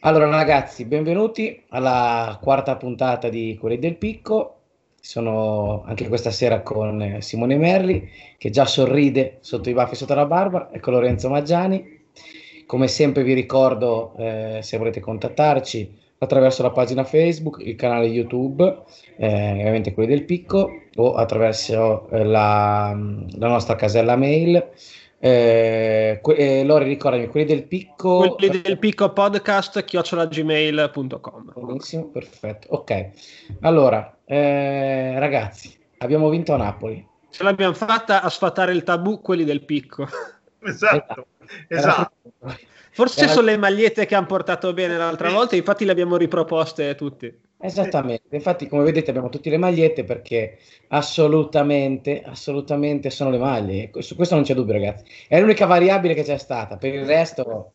Allora ragazzi, benvenuti alla quarta puntata di Quelli del Picco. Sono anche questa sera con Simone Merli, che già sorride sotto i baffi, sotto la barba, e con Lorenzo Maggiani. Come sempre vi ricordo, se volete contattarci, attraverso la pagina Facebook, il canale YouTube, ovviamente Quelli del Picco, o attraverso la nostra casella mail. Lori, ricordami, Quelli del Picco. Quelli del Picco Podcast @gmail.com. Benissimo, perfetto. Ok, allora, ragazzi, abbiamo vinto a Napoli. Ce l'abbiamo fatta a sfatare il tabù, quelli del Picco. Esatto. Esatto, esatto. Forse Era- sono le magliette che hanno portato bene l'altra volta, infatti le abbiamo riproposte tutti. Esattamente, infatti come vedete abbiamo tutte le magliette perché assolutamente, assolutamente sono le maglie. Su questo non c'è dubbio, ragazzi. È l'unica variabile che c'è stata, per il resto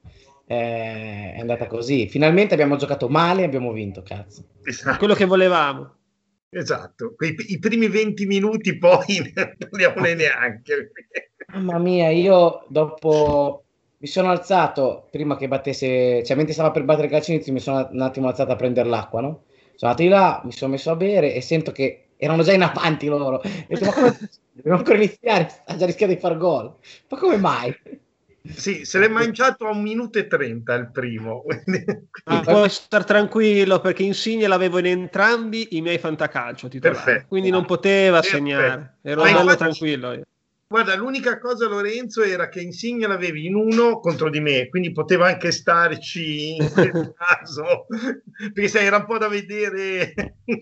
è andata così. Finalmente abbiamo giocato male e abbiamo vinto, cazzo. Esatto. Quello che volevamo. Esatto. I primi 20 minuti poi non parliamone neanche. Mamma mia, io dopo mi sono alzato prima che battesse, cioè mentre stava per battere il calcio inizio, mi sono un attimo alzato a prendere l'acqua, no? Sono andato di là, mi sono messo a bere e sento che erano già in avanti loro. Ho detto, ma come dobbiamo ancora iniziare? Ha già rischiato di far gol. Ma come mai? Sì, se l'è mangiato a 1 minuto e 30 il primo. Ma puoi stare tranquillo perché Insigne l'avevo in entrambi i miei fantacalcio titolari, Perfetto. quindi non poteva Perfetto. segnare. Ero Ma bello infatti- tranquillo io. Guarda, l'unica cosa, Lorenzo, era che Insigne l'avevi in uno contro di me, quindi poteva anche starci in quel caso, perché sai, era un po' da vedere.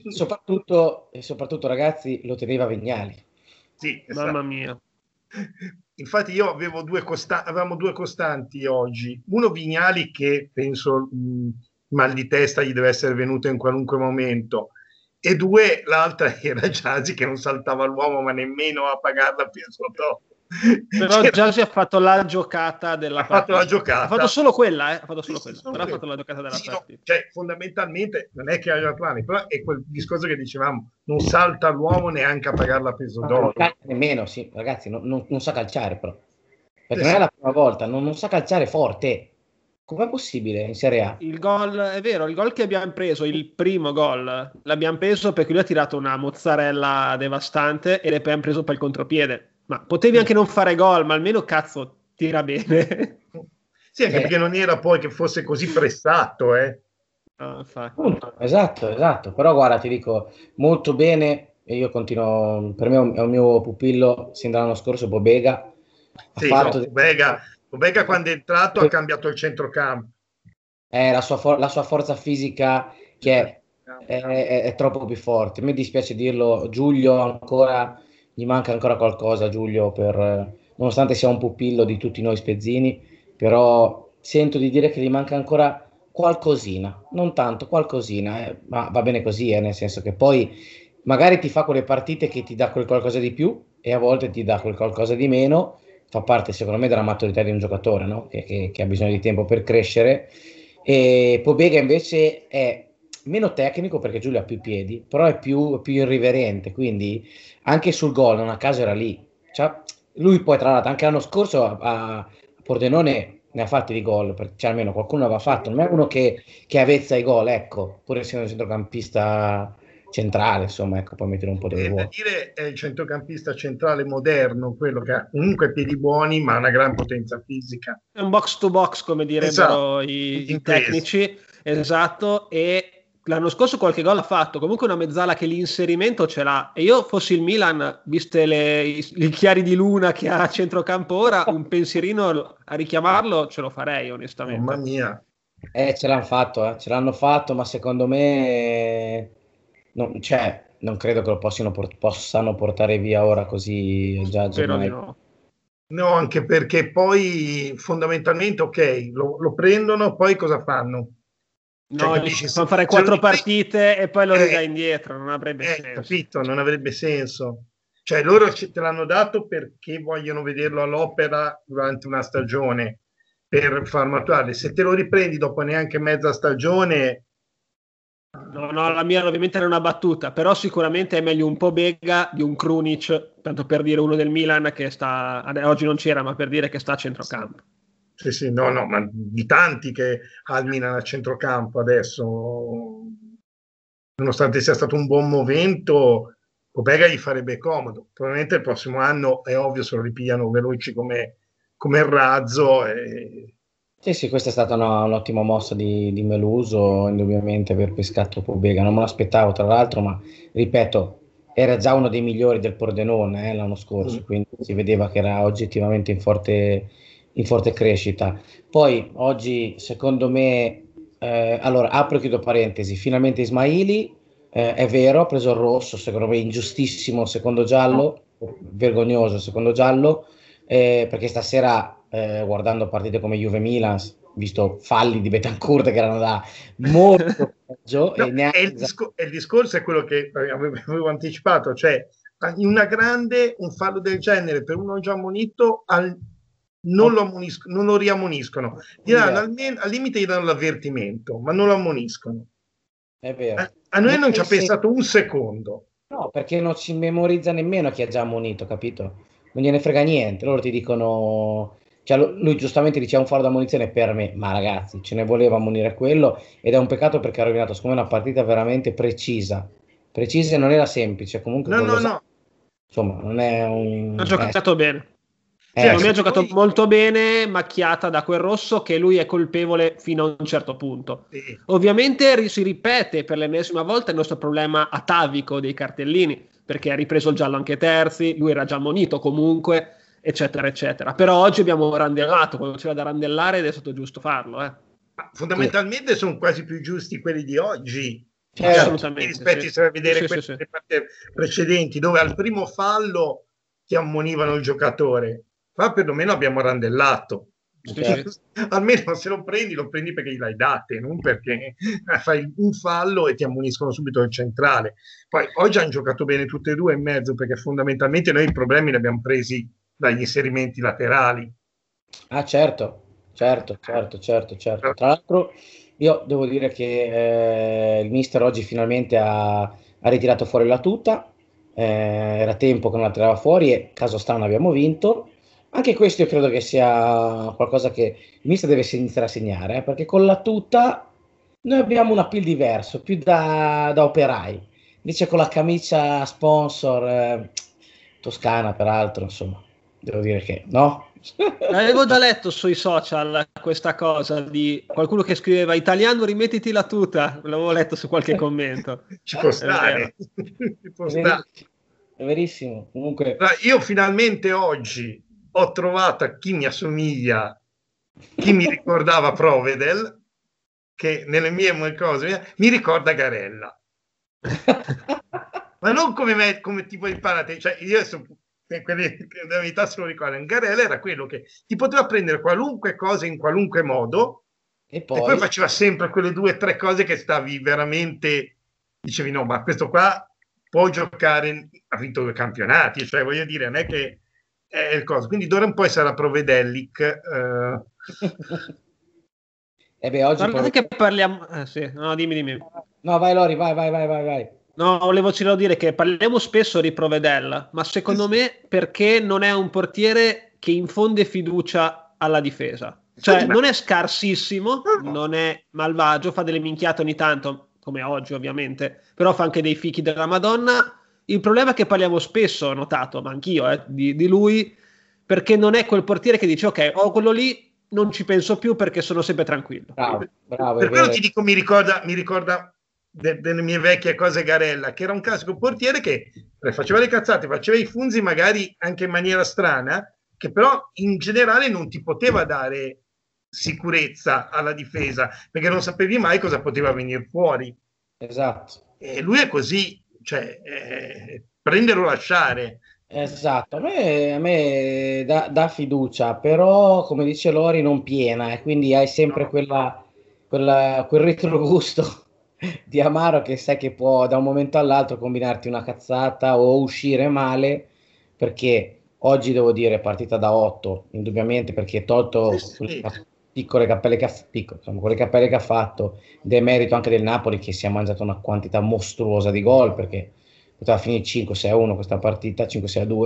Soprattutto, ragazzi, lo teneva Vignali. Sì, Mamma esatto. mia. Infatti io avevo avevamo due costanti oggi. Uno Vignali che penso mal di testa gli deve essere venuto in qualunque momento. E due, l'altra era Giasi che non saltava l'uomo ma nemmeno a pagarla per sotto. Però Giasi ha fatto la giocata della Ha fatto partita. la giocata. Ha fatto solo quella, ha fatto solo Sì, quella. solo Però ha quello. fatto la giocata della Sì, no, partita. cioè, fondamentalmente non è che aveva plani, però è quel discorso che dicevamo, non salta l'uomo neanche a pagarla a peso Non d'oro. calcia nemmeno, sì, ragazzi, non sa calciare però. Perché non è Sì. la prima volta, non sa calciare forte. Com'è possibile in Serie A? Il gol, è vero, il gol che abbiamo preso, il primo gol, l'abbiamo preso perché lui ha tirato una mozzarella devastante e l'abbiamo preso per il contropiede. Ma potevi anche non fare gol, ma almeno cazzo, tira bene. Sì, anche perché non era poi che fosse così pressato, eh. No, infatti. Appunto, esatto. Però guarda, ti dico molto bene, e io continuo, per me è un mio pupillo sin dall'anno scorso, Bobega. Ha Sì, no, fatto Bobega quando è entrato ha cambiato il centrocampo. la sua forza fisica che è troppo più forte. Mi dispiace dirlo, Giulio ancora, gli manca ancora qualcosa, a Giulio, nonostante sia un pupillo di tutti noi spezzini, però sento di dire che gli manca ancora qualcosina, non tanto, qualcosina, ma va bene così, nel senso che poi magari ti fa quelle partite che ti dà quel qualcosa di più e a volte ti dà quel qualcosa di meno, fa parte secondo me della maturità di un giocatore, no? Che ha bisogno di tempo per crescere. E Pobega invece è meno tecnico perché Giulio ha più piedi, però è più irriverente, quindi anche sul gol non a caso era lì. Cioè, lui poi tra l'altro anche l'anno scorso a Pordenone ne ha fatti di gol, cioè almeno qualcuno aveva fatto, non è uno che avezza i gol, ecco, pur essendo un centrocampista centrale, insomma, ecco, puoi mettere un po' dove È da vuoi. dire è il centrocampista centrale moderno, quello che ha comunque piedi buoni ma una gran potenza fisica. È un box to box, come Esatto, direbbero gli i inglesi. tecnici, esatto, e l'anno scorso qualche gol ha fatto, comunque una mezzala che l'inserimento ce l'ha, e io fossi il Milan, viste i chiari di luna che ha a centrocampo ora, un pensierino a richiamarlo ce lo farei Mamma onestamente. mia. Ce l'hanno fatto, ma secondo me cioè, non credo che lo possano portare via ora così già a Spero di gennaio. no. No, anche perché poi fondamentalmente, ok, lo prendono, poi cosa fanno? Cioè, No, gli capisci? fanno fare Se lo 4 riprendi, partite e poi lo ridà indietro, non avrebbe senso. capito, non avrebbe senso. Cioè, loro te l'hanno dato perché vogliono vederlo all'opera durante una stagione per far maturare. Se te lo riprendi dopo neanche mezza stagione, No, la mia ovviamente era una battuta, però sicuramente è meglio un po' Bega di un Krunic, tanto per dire uno del Milan che sta, oggi non c'era, ma per dire che sta a centrocampo. sì, no, ma di tanti che ha il Milan a centrocampo adesso, nonostante sia stato un buon momento, Pobega gli farebbe comodo. Probabilmente il prossimo anno è ovvio se lo ripigliano veloci come il razzo. Sì, sì, questa è stata un'ottima mossa di Meluso, indubbiamente aver pescato Pobega. Non me l'aspettavo, tra l'altro, ma ripeto, era già uno dei migliori del Pordenone l'anno scorso, quindi si vedeva che era oggettivamente in forte crescita. Poi oggi, secondo me, allora apro e chiudo parentesi, finalmente Ismaili, è vero, ha preso il rosso, secondo me ingiustissimo, secondo giallo, vergognoso, secondo giallo, perché stasera guardando partite come Juve-Milan, visto falli di Betancourt che erano da molto peggio No, e neanche il discorso è quello che avevo anticipato, cioè in una grande un fallo del genere per uno già ammonito non lo riammoniscono, gli danno almeno, al limite gli danno l'avvertimento, ma non lo ammoniscono. è vero. A noi non ci ha Sì, pensato un secondo. no, perché non si memorizza nemmeno chi ha già ammonito, capito? Non gliene frega niente, loro ti dicono, cioè lui giustamente diceva un fallo da ammonizione per me, ma ragazzi, ce ne voleva ammonire quello ed è un peccato perché ha rovinato secondo me una partita veramente precisa e non era semplice, comunque No, con no, lo no. insomma, non è un Ha giocato bene. Sì, Secondo me anche ha giocato lui, molto bene, macchiata da quel rosso che lui è colpevole fino a un certo punto. sì. Ovviamente si ripete per l'ennesima volta il nostro problema atavico dei cartellini, perché ha ripreso il giallo anche Terzi, lui era già ammonito comunque, eccetera, eccetera. Però oggi abbiamo randellato, quando c'era da randellare ed è stato giusto farlo. Ma fondamentalmente sono quasi più giusti quelli di oggi Assolutamente, rispetto sì. a vedere Sì, quelli sì, sì. delle partite precedenti, dove al primo fallo ti ammonivano il giocatore. Qua perlomeno abbiamo randellato. Sì, sì. Almeno se lo prendi perché gliel'hai date, non perché fai un fallo e ti ammoniscono subito il centrale. Poi oggi hanno giocato bene tutte e due in mezzo, perché fondamentalmente noi i problemi li abbiamo presi dagli inserimenti laterali. Ah, certo, certo, certo, certo, certo. Tra l'altro, io devo dire che il mister oggi finalmente ha ritirato fuori la tuta. Era tempo che non la tirava fuori e caso strano abbiamo vinto. Anche questo io credo che sia qualcosa che il mister deve iniziare a segnare, perché con la tuta noi abbiamo un appeal diverso, più da operai. Invece con la camicia sponsor, toscana peraltro, insomma, devo dire che no. Avevo già letto sui social questa cosa di qualcuno che scriveva italiano rimettiti la tuta, l'avevo letto su qualche commento. Ci può È vero. stare. Ci può È stare. verissimo, è verissimo. Comunque, Io finalmente oggi ho trovato chi mi assomiglia, chi mi ricordava Provedel, che nelle mie cose mi ricorda Garella. Ma non come tipo di parate, cioè io quelli della verità se lo ricordano. Garella era quello che ti poteva prendere qualunque cosa in qualunque modo e e poi poi, faceva sempre quelle 2 o 3 cose che stavi veramente, dicevi no, ma questo qua può giocare, ha vinto 2 campionati, cioè voglio dire, non è che è il coso. Quindi d'ora in poi sarà Provedellic. e beh, oggi Guardate che parliamo... sì, no, dimmi. no, vai Lori, vai. No, volevo solo dire che parliamo spesso di Provedella, ma secondo me perché non è un portiere che infonde fiducia alla difesa. Cioè, non è scarsissimo, non è malvagio, fa delle minchiate ogni tanto, come oggi ovviamente, però fa anche dei fichi della Madonna. Il problema è che parliamo spesso, ho notato, ma anch'io, di lui, perché non è quel portiere che dice, ok, ho quello lì, non ci penso più perché sono sempre tranquillo. Bravo, Per è quello vero. ti dico, mi ricorda delle mie vecchie cose Garella, che era un classico portiere che faceva le cazzate, faceva i funzi magari anche in maniera strana, che però in generale non ti poteva dare sicurezza alla difesa, perché non sapevi mai cosa poteva venire fuori. Esatto. E lui è così, cioè prendere o lasciare. Esatto, a me dà fiducia, però come dice Lori non piena e quindi hai sempre No. quel retrogusto di amaro che sai che può da un momento all'altro combinarti una cazzata o uscire male, perché oggi devo dire partita da 8, indubbiamente, perché tolto Sì. piccole cappelle insomma, quelle cappelle che ha fatto, demerito anche del Napoli che si è mangiato una quantità mostruosa di gol, perché poteva finire 5-6-1 questa partita, 5-6-2,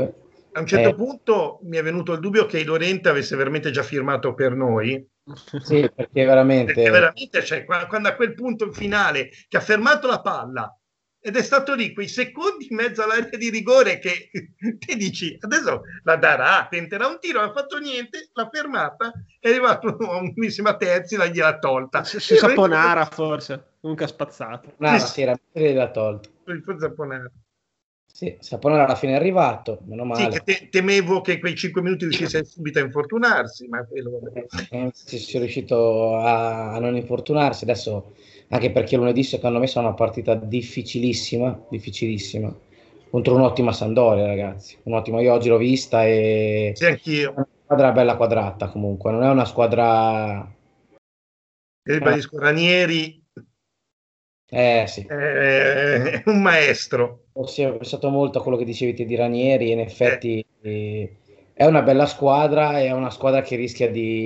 A un certo punto mi è venuto il dubbio che Llorente avesse veramente già firmato per noi. Sì, perché veramente cioè, quando a quel punto finale che ha fermato la palla ed è stato lì quei secondi in mezzo all'area di rigore che ti dici adesso la darà, tenterà un tiro, non ha fatto niente, l'ha fermata, è arrivato mi sembra Terzi, gliel'ha tolta. Si Saponara forse, comunque ha spazzato. Sì, era l'ha tolto. Saponara. Sì, Saponara alla fine è arrivato, meno male. Sì, che temevo che quei 5 minuti riuscisse subito a infortunarsi, ma si è riuscito a non infortunarsi adesso, anche perché lunedì secondo me sarà una partita difficilissima contro un'ottima Sampdoria, ragazzi, un'ottima. Io oggi l'ho vista e sì, anch'io. È una squadra bella quadrata, comunque non è una squadra, ribadisco, Ranieri sì, è un maestro. ho pensato molto a quello che dicevi te di Ranieri e in effetti è una bella squadra, è una squadra che rischia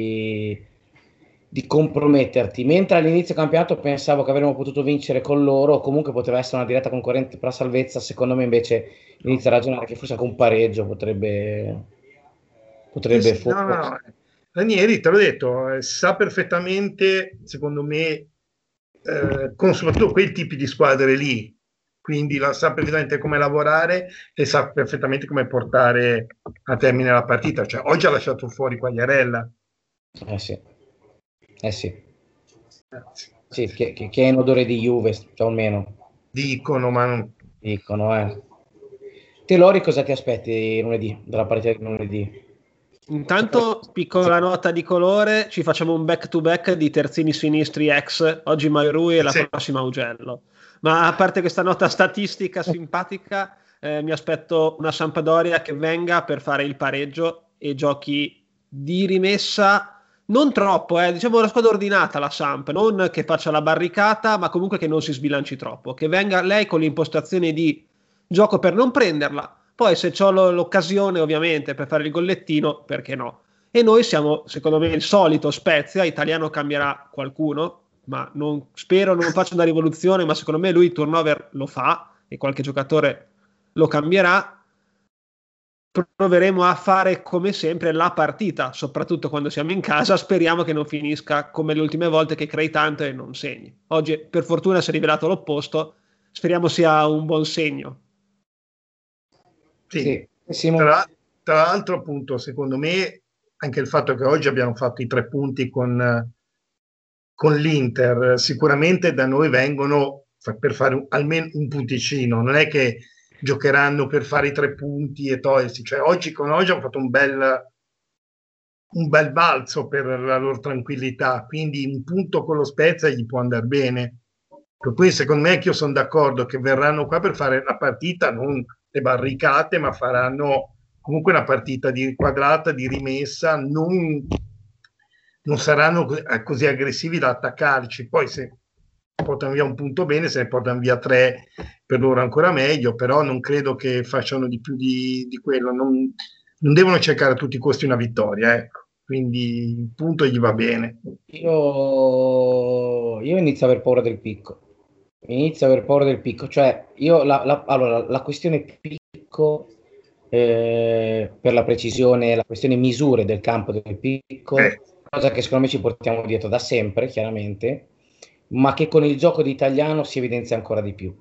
di comprometterti, mentre all'inizio del campionato pensavo che avremmo potuto vincere con loro, o comunque poteva essere una diretta concorrente per la salvezza. Secondo me invece inizia a ragionare che forse anche un pareggio potrebbe Sì, forse. no. Ranieri, te l'ho detto, sa perfettamente, secondo me, con soprattutto quei tipi di squadre lì, quindi sa perfettamente come lavorare e sa perfettamente come portare a termine la partita. Cioè, oggi ha lasciato fuori Quagliarella. Sì. Sì, che è in odore di Juve, cioè almeno. Dicono, ma non... Dicono. Te Lori, cosa ti aspetti lunedì, dalla partita di lunedì? Intanto, piccola nota di colore, ci facciamo un back to back di terzini sinistri ex, oggi Mairui e la prossima Augello. Ma a parte questa nota statistica simpatica, mi aspetto una Sampdoria che venga per fare il pareggio e giochi di rimessa, non troppo, diciamo una squadra ordinata la Samp, non che faccia la barricata, ma comunque che non si sbilanci troppo, che venga lei con l'impostazione di gioco per non prenderla. Poi se ho l'occasione ovviamente per fare il gollettino, perché no? E noi siamo, secondo me, il solito Spezia, italiano cambierà qualcuno, ma spero non faccia una rivoluzione, ma secondo me lui il turnover lo fa e qualche giocatore lo cambierà. Proveremo a fare come sempre la partita, soprattutto quando siamo in casa. Speriamo che non finisca come le ultime volte che crei tanto e non segni. Oggi per fortuna si è rivelato l'opposto, speriamo sia un buon segno. Sì. Tra l'altro, appunto, secondo me, anche il fatto che oggi abbiamo fatto i 3 punti con l'Inter, sicuramente da noi vengono per fare almeno un punticino, non è che giocheranno per fare i 3 punti e togliersi, cioè oggi hanno fatto un bel balzo per la loro tranquillità, quindi un punto con lo Spezia gli può andare bene. Per cui secondo me anch'io sono d'accordo che verranno qua per fare la partita, non le barricate, ma faranno comunque una partita di quadrata, di rimessa, non saranno così aggressivi da attaccarci. Poi se portano via un punto bene, se ne portano via 3 per loro ancora meglio, però non credo che facciano di più di quello, non devono cercare a tutti i costi una vittoria, ecco. Quindi il punto gli va bene. Io inizio a aver paura del picco. Cioè io allora, la questione picco, per la precisione, la questione misure del campo del picco, cosa che secondo me ci portiamo dietro da sempre, chiaramente, ma che con il gioco di Italiano si evidenzia ancora di più.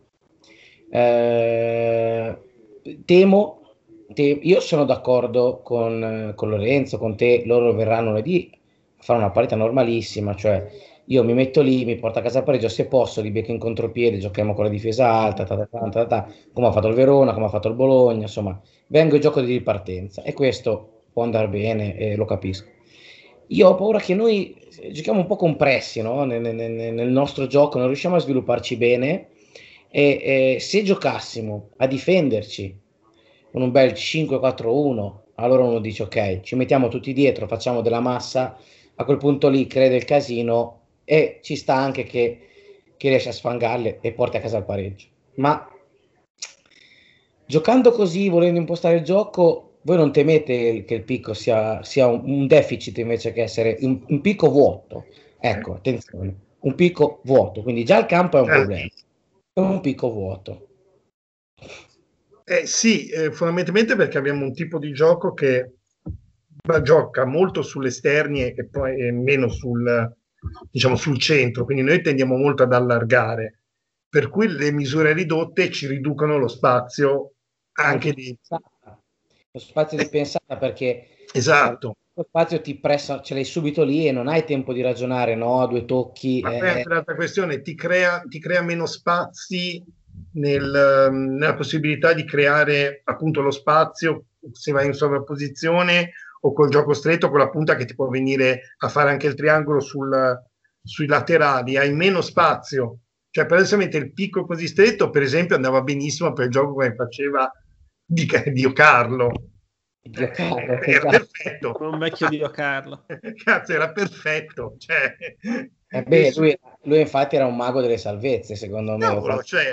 Temo, io sono d'accordo con Lorenzo, con te, loro verranno lunedì a fare una partita normalissima, cioè io mi metto lì, mi porto a casa il pareggio, se posso li becco in contropiede, giochiamo con la difesa alta, come ha fatto il Verona, come ha fatto il Bologna, insomma, vengo il gioco di ripartenza e questo può andare bene e lo capisco. Io ho paura che noi giochiamo un po' compressi, no? nel nostro gioco, non riusciamo a svilupparci bene e se giocassimo a difenderci con un bel 5-4-1, allora uno dice ok, ci mettiamo tutti dietro, facciamo della massa, a quel punto lì crede il casino e ci sta anche che riesce a sfangarle e porti a casa il pareggio. Ma giocando così, volendo impostare il gioco, voi non temete che il picco sia un deficit invece che essere un picco vuoto? Ecco, attenzione, un picco vuoto, quindi già il campo è un problema, è un picco vuoto. Sì, fondamentalmente perché abbiamo un tipo di gioco che gioca molto sulle esternie e poi meno diciamo, sul centro, quindi noi tendiamo molto ad allargare, per cui le misure ridotte ci riducono lo spazio Anche anche di di... pensata. Lo spazio di pensata perché Esatto, lo spazio ti pressa, ce l'hai subito lì e non hai tempo di ragionare, no? Due tocchi. ma poi anche l'altra questione, ti crea meno spazi nella possibilità di creare appunto lo spazio se vai in sovrapposizione o col gioco stretto con la punta che ti può venire a fare anche il triangolo sui laterali, hai meno spazio. Cioè, paradossalmente il picco così stretto, per esempio, andava benissimo per il gioco che faceva Dio Carlo. Dio caro, Era esatto. perfetto. Un vecchio Dio Carlo. Cazzo, era perfetto. Cioè, Beh, lui infatti era un mago delle salvezze, secondo me. cavolo, cioè,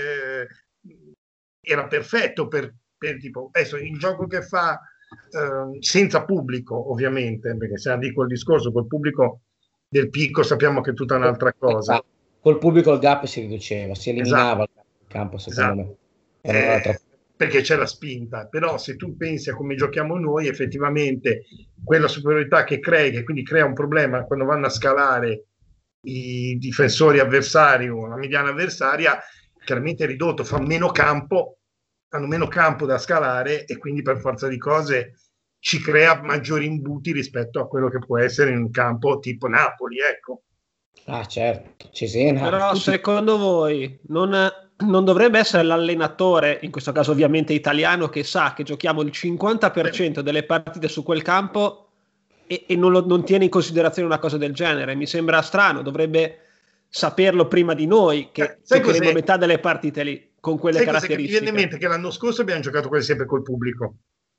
era perfetto per tipo, adesso il gioco che fa senza pubblico, ovviamente, perché se dico il discorso col pubblico del picco sappiamo che è tutta un'altra cosa. Col pubblico il gap si riduceva, si Esatto, eliminava il campo, secondo esatto. me. E non era troppo. Perché c'è la spinta, però se tu pensi a come giochiamo noi, effettivamente quella superiorità che crei, che quindi crea un problema quando vanno a scalare i difensori avversari o la mediana avversaria, chiaramente è ridotto, hanno meno campo da scalare e quindi per forza di cose ci crea maggiori imbuti rispetto a quello che può essere in un campo tipo Napoli, ecco. Ah, certo, Cesena, Però tutti. secondo voi non dovrebbe essere l'allenatore, in questo caso ovviamente italiano, che sa che giochiamo il 50% delle partite su quel campo e non tiene in considerazione una cosa del genere? Mi sembra strano, dovrebbe saperlo prima di noi che Sai giocheremo cos'è? metà delle partite lì con quelle Sai cos'è che mi viene in caratteristiche. mente? Che l'anno scorso abbiamo giocato quasi sempre col pubblico.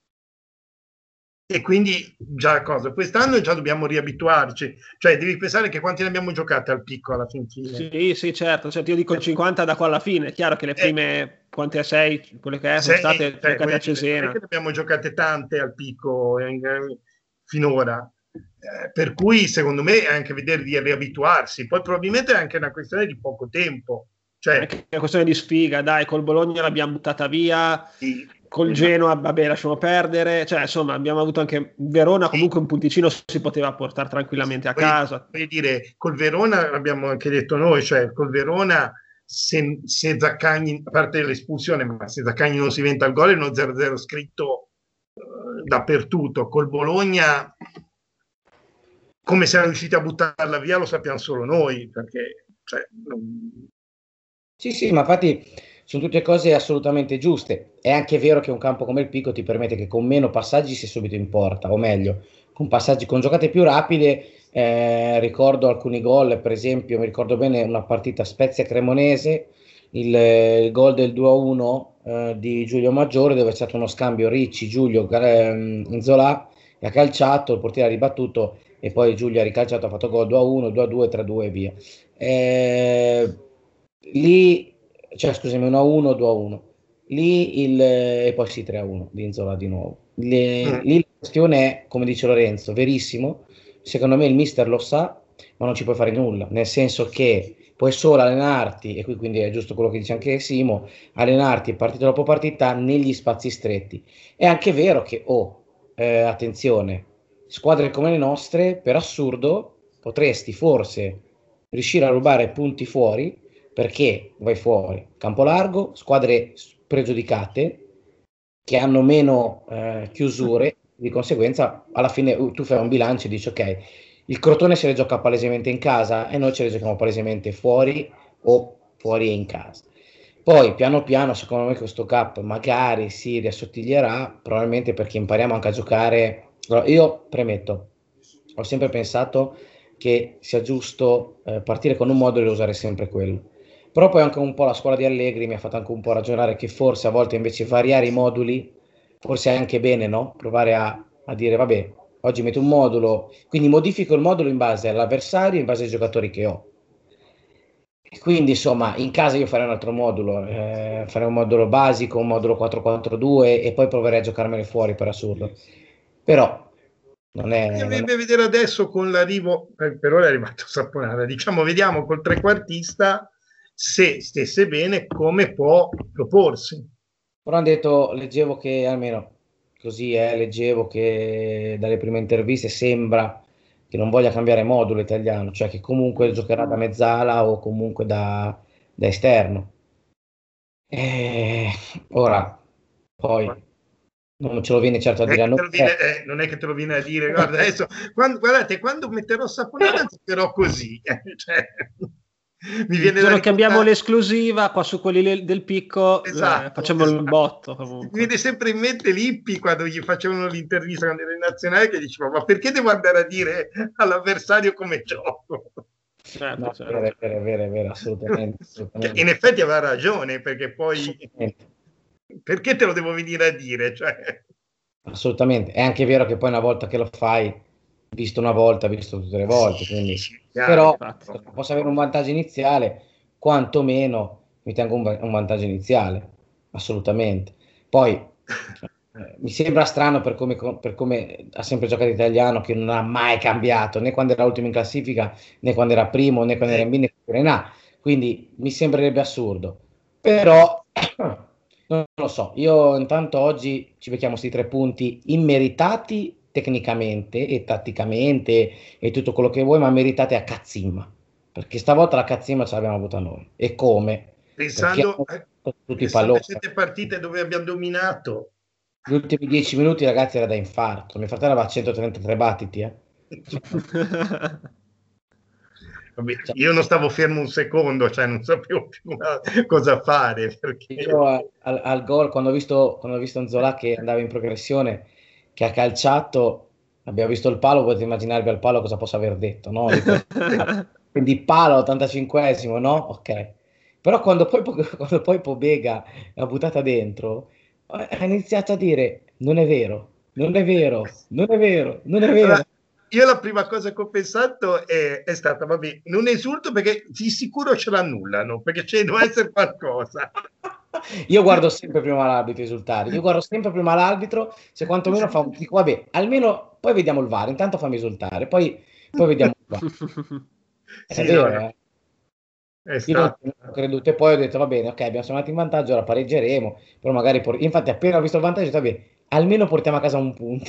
E quindi già cosa? Quest'anno già dobbiamo riabituarci. Cioè, devi pensare che quanti ne abbiamo giocate al picco alla fin fine. Sì, sì, certo, io dico il 50 da qua alla fine, è chiaro che le Eh, prime, quante sei, quelle che sono sei, state cioè, giocate a voglio dire, non è che Cesena. ne abbiamo giocate tante al picco finora. Per cui, secondo me, è anche vedere di riabituarsi. Poi probabilmente è anche una questione di poco tempo. Cioè, Anche una questione di sfiga, dai, col Bologna l'abbiamo buttata via, sì, col Genoa, vabbè, lasciamo perdere, cioè, insomma, abbiamo avuto anche Verona, sì, comunque un punticino si poteva portare tranquillamente a casa. voglio dire, col Verona l'abbiamo anche detto noi, cioè col Verona se Zaccagni, a parte l'espulsione, ma se Zaccagni non si inventa il gol è uno 0-0 scritto dappertutto. Col Bologna, come siamo riusciti a buttarla via lo sappiamo solo noi, perché cioè, Sì, sì, ma infatti sono tutte cose assolutamente giuste. È anche vero che un campo come il Pico ti permette che con meno passaggi sei subito in porta, o meglio, con passaggi, con giocate più rapide. Ricordo alcuni gol, per esempio, mi ricordo bene una partita Spezia-Cremonese, il gol del 2-1 di Giulio Maggiore, dove c'è stato uno scambio Ricci, Giulio, Nzola, e ha calciato, il portiere ha ribattuto e poi Giulio ha ricalciato, ha fatto gol 2-1, 2-2, 3-2 e via. Eh, lì, cioè scusami, 1-1, 2-1. Lì e poi sì, 3-1 di Inzola di nuovo. Lì la questione è, come dice Lorenzo, verissimo. Secondo me il mister lo sa, ma non ci puoi fare nulla, nel senso che puoi solo allenarti, e qui quindi è giusto quello che dice anche Simo, allenarti partita dopo partita negli spazi stretti. È anche vero che, attenzione, squadre come le nostre, per assurdo, potresti forse riuscire a rubare punti fuori perché vai fuori, campo largo, squadre pregiudicate che hanno meno chiusure, di conseguenza alla fine tu fai un bilancio e dici ok, il Crotone se le gioca palesemente in casa e noi ce le giochiamo palesemente fuori o fuori e in casa. Poi piano piano, secondo me, questo gap magari si riassottiglierà, probabilmente perché impariamo anche a giocare. Allora, io premetto, ho sempre pensato che sia giusto partire con un modulo e usare sempre quello. Però poi anche un po' la scuola di Allegri mi ha fatto anche un po' ragionare che forse a volte invece variare i moduli, forse è anche bene, no? Provare a dire, vabbè, oggi metto un modulo, quindi modifico il modulo in base all'avversario, in base ai giocatori che ho. E quindi, insomma, in casa io farei un altro modulo, farei un modulo basico, un modulo 4-4-2 e poi proverei a giocarmene fuori per assurdo. Però non è. Bisognerebbe vedere adesso con l'arrivo, per ora è arrivato Saponara, diciamo, vediamo col trequartista se stesse bene come può proporsi. Però hanno detto, leggevo che almeno così è, leggevo che dalle prime interviste sembra che non voglia cambiare modulo italiano, cioè che comunque giocherà da mezzala o comunque da esterno. Eh, ora, poi non ce lo viene certo a dire a noi. Non è che te lo viene a dire, guarda, adesso, guardate, quando metterò Saponara giocherò così. Cioè, mi Il viene da giorno che abbiamo ricordare. l'esclusiva qua su quelli del picco, facciamo il botto Mi comunque. viene sempre in mente Lippi quando gli facevano l'intervista quando era in nazionale, che diceva: ma perché devo andare a dire all'avversario come gioco? Certo, No, certo. è vero, assolutamente, Che in assolutamente. effetti aveva ragione, perché poi Assolutamente. perché te lo devo venire a dire? Cioè, Assolutamente, è anche vero che poi una volta che lo fai, visto una volta, visto tutte le volte, sì, quindi... sì, chiaro. Però Infatti. posso avere un vantaggio iniziale, quantomeno mi tengo un vantaggio iniziale, assolutamente. Poi mi sembra strano per come ha sempre giocato italiano, che non ha mai cambiato, né quando era ultimo in classifica, né quando era primo, né quando era in B, né quando era in A, quindi mi sembrerebbe assurdo. Però non lo so, io intanto oggi ci becchiamo questi 3 punti immeritati tecnicamente e tatticamente e tutto quello che vuoi, ma meritati a cazzimma, perché stavolta la cazzimma ce l'abbiamo avuta noi. E come? Perché pensando, hanno fatto tutti i pensando a palloni. 7 partite dove abbiamo dominato. Gli ultimi 10 minuti, ragazzi, era da infarto. Mio fratello aveva 133 battiti, eh. Vabbè, Cioè, io non stavo fermo un secondo, cioè non sapevo più cosa fare perché. io al gol, quando ho visto Nzola che andava in progressione, che ha calciato, abbiamo visto il palo, potete immaginarvi al palo cosa possa aver detto, no? Quindi palo 85esimo, no? Ok. Però quando poi Pobega l'ha buttata dentro, ha iniziato a dire, non è vero, non è vero, non è vero, non è Allora, vero. io la prima cosa che ho pensato è stata, vabbè, non esulto perché di sicuro ce l'annullano, perché ci deve essere qualcosa. Io guardo sempre prima l'arbitro esultare, io guardo sempre prima l'arbitro, se quantomeno fa un... Dico, vabbè, almeno poi vediamo il VAR, intanto fammi esultare, poi vediamo il VAR. È Sì, no, vero, no, eh? è Io non stato. ci ho creduto e poi ho detto, va bene, ok, abbiamo sono andati in vantaggio, ora pareggeremo, però magari... Infatti appena ho visto il vantaggio, ho detto, vabbè, almeno portiamo a casa un punto.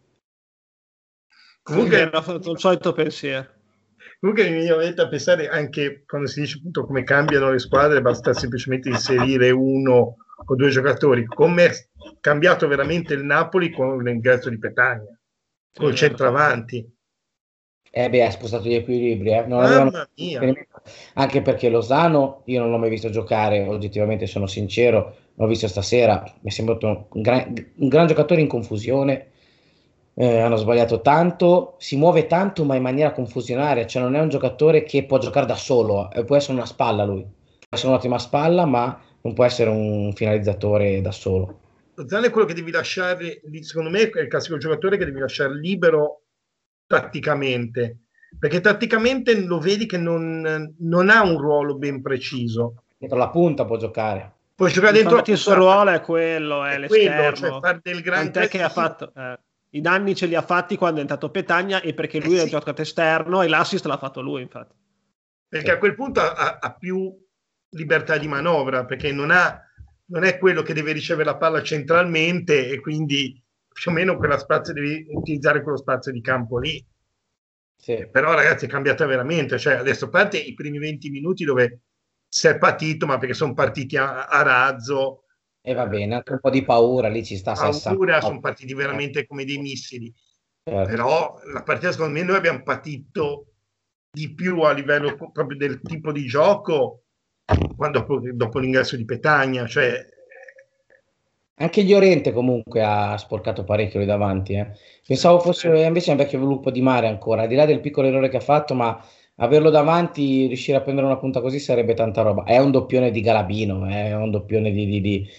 Sì, Comunque, hanno fatto il solito pensiero. comunque mi viene a pensare anche quando si dice appunto come cambiano le squadre, basta semplicemente inserire uno o due giocatori, come è cambiato veramente il Napoli con l'ingresso di Petagna, Sì, è col vero. centravanti. Beh, ha spostato gli equilibri, non avevano... Mamma mia! Anche perché Lozano, io non l'ho mai visto giocare, oggettivamente sono sincero, l'ho visto stasera, mi è sembrato un gran giocatore in confusione, hanno sbagliato tanto, si muove tanto ma in maniera confusionaria, cioè non è un giocatore che può giocare da solo, può essere una spalla lui, può essere un'ottima spalla ma non può essere un finalizzatore da solo. Lozano è quello che devi lasciare, secondo me è il classico giocatore che devi lasciare libero tatticamente, perché tatticamente lo vedi che non ha un ruolo ben preciso. Dietro la punta può giocare. Puoi giocare dentro la Infatti il suo punta, ruolo è quello, è è quello, cioè l'esterno. fare del gran Tant'è che ha casino. fatto... i danni ce li ha fatti quando è entrato Petagna e perché lui ha Sì, giocato esterno e l'assist l'ha fatto lui, infatti. perché a Sì. quel punto ha più libertà di manovra, perché non è quello che deve ricevere la palla centralmente e quindi più o meno quella spazio devi utilizzare quello spazio di campo lì. Sì. Però ragazzi è cambiata veramente, cioè adesso a parte i primi 20 minuti dove si è patito, ma perché sono partiti a razzo, E va bene, anche un po' di paura lì ci sta, sai, paura, sono partiti veramente come dei missili. certo. Però la partita secondo me noi abbiamo patito di più a livello proprio del tipo di gioco quando, dopo l'ingresso di Petagna, cioè Anche Llorente comunque ha sporcato parecchio lì davanti, eh. Pensavo fosse invece un vecchio lupo di mare ancora, al di là del piccolo errore che ha fatto, ma averlo davanti, riuscire a prendere una punta così sarebbe tanta roba. È un doppione di Galabino, è un doppione di...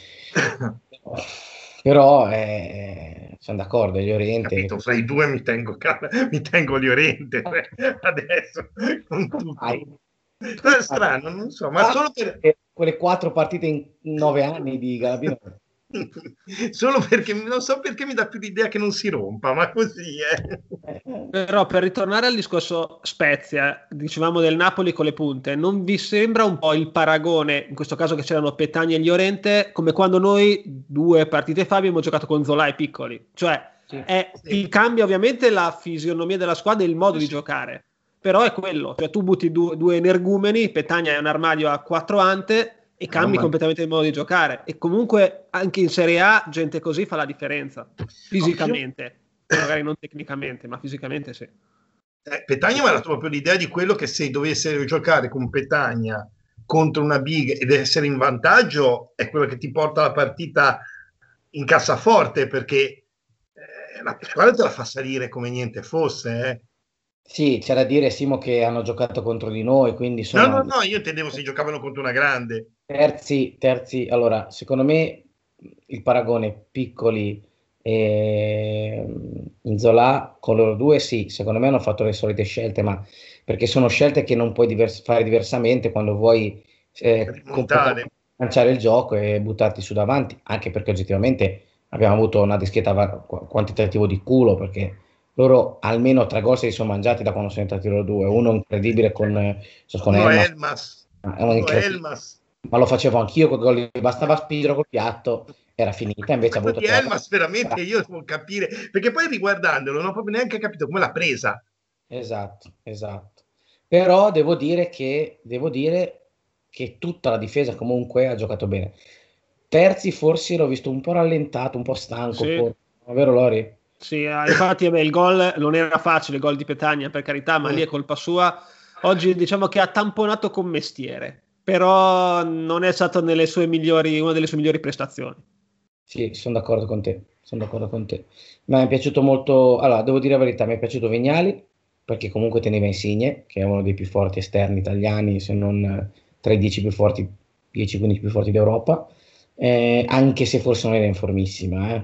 Però sono d'accordo, è Llorente. capito, fra i due mi tengo Llorente adesso con Ai. tutto. No, è strano, non so, ma solo per, Quelle 4 partite in 9 anni di Galabino. solo perché non so perché mi dà più l'idea che non si rompa, ma così è. Però per ritornare al discorso Spezia, dicevamo del Napoli con le punte, non vi sembra un po' il paragone, in questo caso che c'erano Petagna e Llorente, come quando noi 2 partite fa abbiamo giocato con Zola e Piccoli? Cioè, il cambio ovviamente la fisionomia della squadra e il modo di giocare, però è quello, cioè tu butti due energumeni, Petagna è un armadio a 4 ante e cambi completamente il modo di giocare, e comunque anche in Serie A gente così fa la differenza, fisicamente. Magari non tecnicamente, ma fisicamente sì. Petagna mi ha dato proprio l'idea di quello che se dovesse giocare con Petagna contro una big ed essere in vantaggio è quello che ti porta la partita in cassaforte, perché la squadra te la fa salire come niente fosse. Sì, c'è da dire, Simo, che hanno giocato contro di noi, quindi sono... No, io intendevo se giocavano contro una grande. Terzi. Allora, secondo me il paragone Piccoli e Zola con loro due, sì, secondo me hanno fatto le solite scelte, ma perché sono scelte che non puoi fare diversamente quando vuoi completamente lanciare il gioco e buttarti su davanti, anche perché oggettivamente abbiamo avuto una discreta quantitativo di culo, perché loro almeno 3 gol se li sono mangiati da quando sono entrati loro due, uno incredibile con Elmas. Ma lo facevo anch'io col gol, bastava spingere col piatto, era finita. Invece ha avuto Elmas veramente io devo capire, perché poi riguardandolo non ho proprio neanche capito come l'ha presa. Esatto. Però devo dire che tutta la difesa comunque ha giocato bene. Terzi forse l'ho visto un po' rallentato, un po' stanco, sì. È vero Lori? Sì, infatti il gol non era facile, il gol di Petagna per carità, ma lì è colpa sua. Oggi diciamo che ha tamponato con mestiere, però non è stato una delle sue migliori prestazioni. Sì, sono d'accordo con te. Ma mi è piaciuto molto, allora devo dire la verità, mi è piaciuto Vignali, perché comunque teneva Insigne, che è uno dei più forti esterni italiani, se non tra i 10 più forti, 10-15 più forti d'Europa, anche se forse non era in formissima.